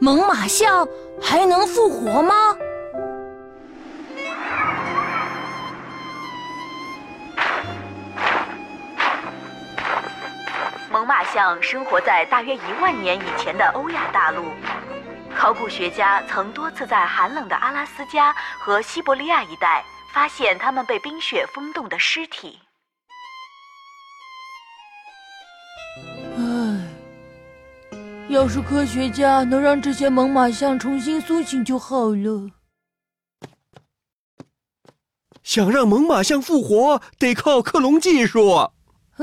猛犸象还能复活吗？ 猛犸象生活在大约1万年以前的欧亚大陆。考古学家曾多次在寒冷的阿拉斯加和西伯利亚一带发现它们被冰雪封冻的尸体。 要是科学家能让这些猛犸象重新苏醒就好了。 想让猛犸象复活，得靠克隆技术。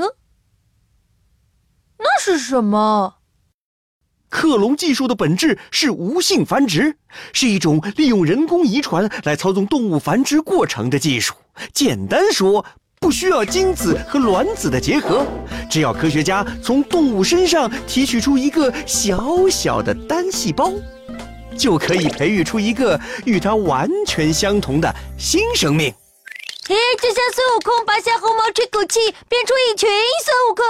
那是什么？ 克隆技术的本质是无性繁殖，是一种利用人工遗传来操纵动物繁殖过程的技术。简单说，不需要精子和卵子的结合，只要科学家从动物身上提取出一个小小的单细胞，就可以培育出一个与它完全相同的新生命。 就像孙悟空拔下红毛吹口气，变出一群孙悟空。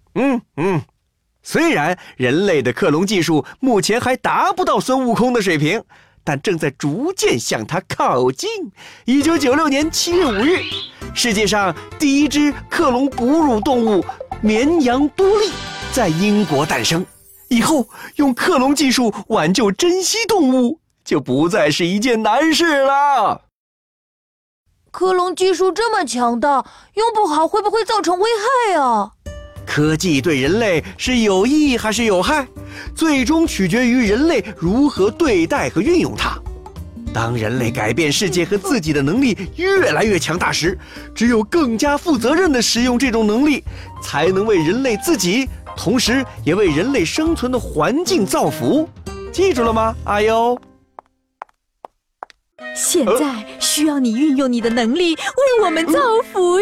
虽然人类的克隆技术目前还达不到孙悟空的水平，但正在逐渐向他靠近。1996年7月5日，世界上第一只克隆哺乳动物绵羊多利在英国诞生。以后用克隆技术挽救珍稀动物，就不再是一件难事了。 克隆技术这么强大，用不好会不会造成危害啊？ 科技对人类是有益还是有害，最终取决于人类如何对待和运用它。当人类改变世界和自己的能力越来越强大时，只有更加负责任地使用这种能力，才能为人类自己，同时也为人类生存的环境造福。记住了吗，阿优？ 现在需要你运用你的能力为我们造福哟。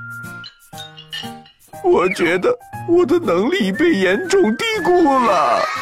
我觉得我的能力被严重低估了。